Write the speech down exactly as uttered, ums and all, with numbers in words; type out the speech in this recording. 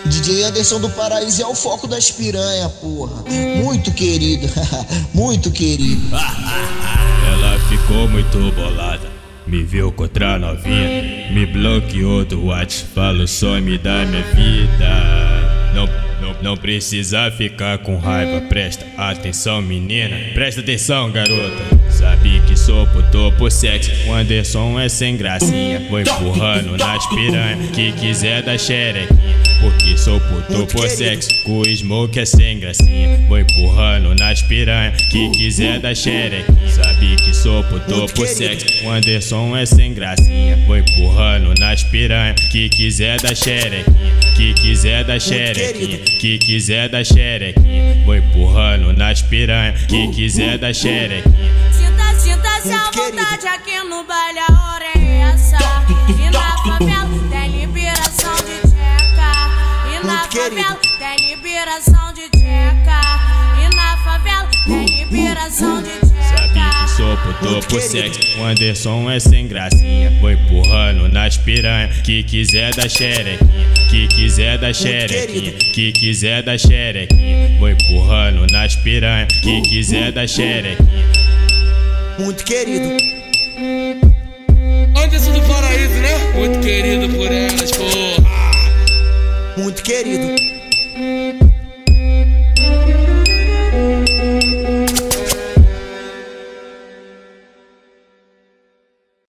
D J Anderson do Paraíso é o foco das piranha, porra. Muito querido, muito querido. Ela ficou muito bolada, me viu com outra novinha, me bloqueou do WhatsApp, falou some da minha vida. Não, não, não precisa ficar com raiva, presta atenção menina, presta atenção garota. Sabe que sou puto por sexo, o Anderson é sem gracinha, vou empurrando nas piranha, que quiser dar xerequinha. Porque sou puto por sexo, com o smoke é sem gracinha, vou empurrando nas piranha, que quiser dar xerequinha. Sabe que sou puto por sexo, o Anderson é sem gracinha, vou empurrando nas piranha, que quiser dar xerequinha, que quiser dar xerequinha, que quiser dar xerequinha, vou empurrando nas piranha, que quiser dar xerequinha. Sinta, sinta-se à vontade aqui no baile, a hora é essa. E na favela tem liberação de tcheca. E na favela tem liberação de tcheca. E na favela tem liberação de tcheca. Sabe que sou puto por sexo, o Anderson é sem gracinha, vou empurrando nas piranha, que quiser dar xerequinha, que quiser dar xerequinha, que quiser dar xerequinha, vou empurrando nas piranha, que quiser dar xerequinha. Muito querido. Anderson do Paraíso, né? Muito querido por elas, porra. Muito querido.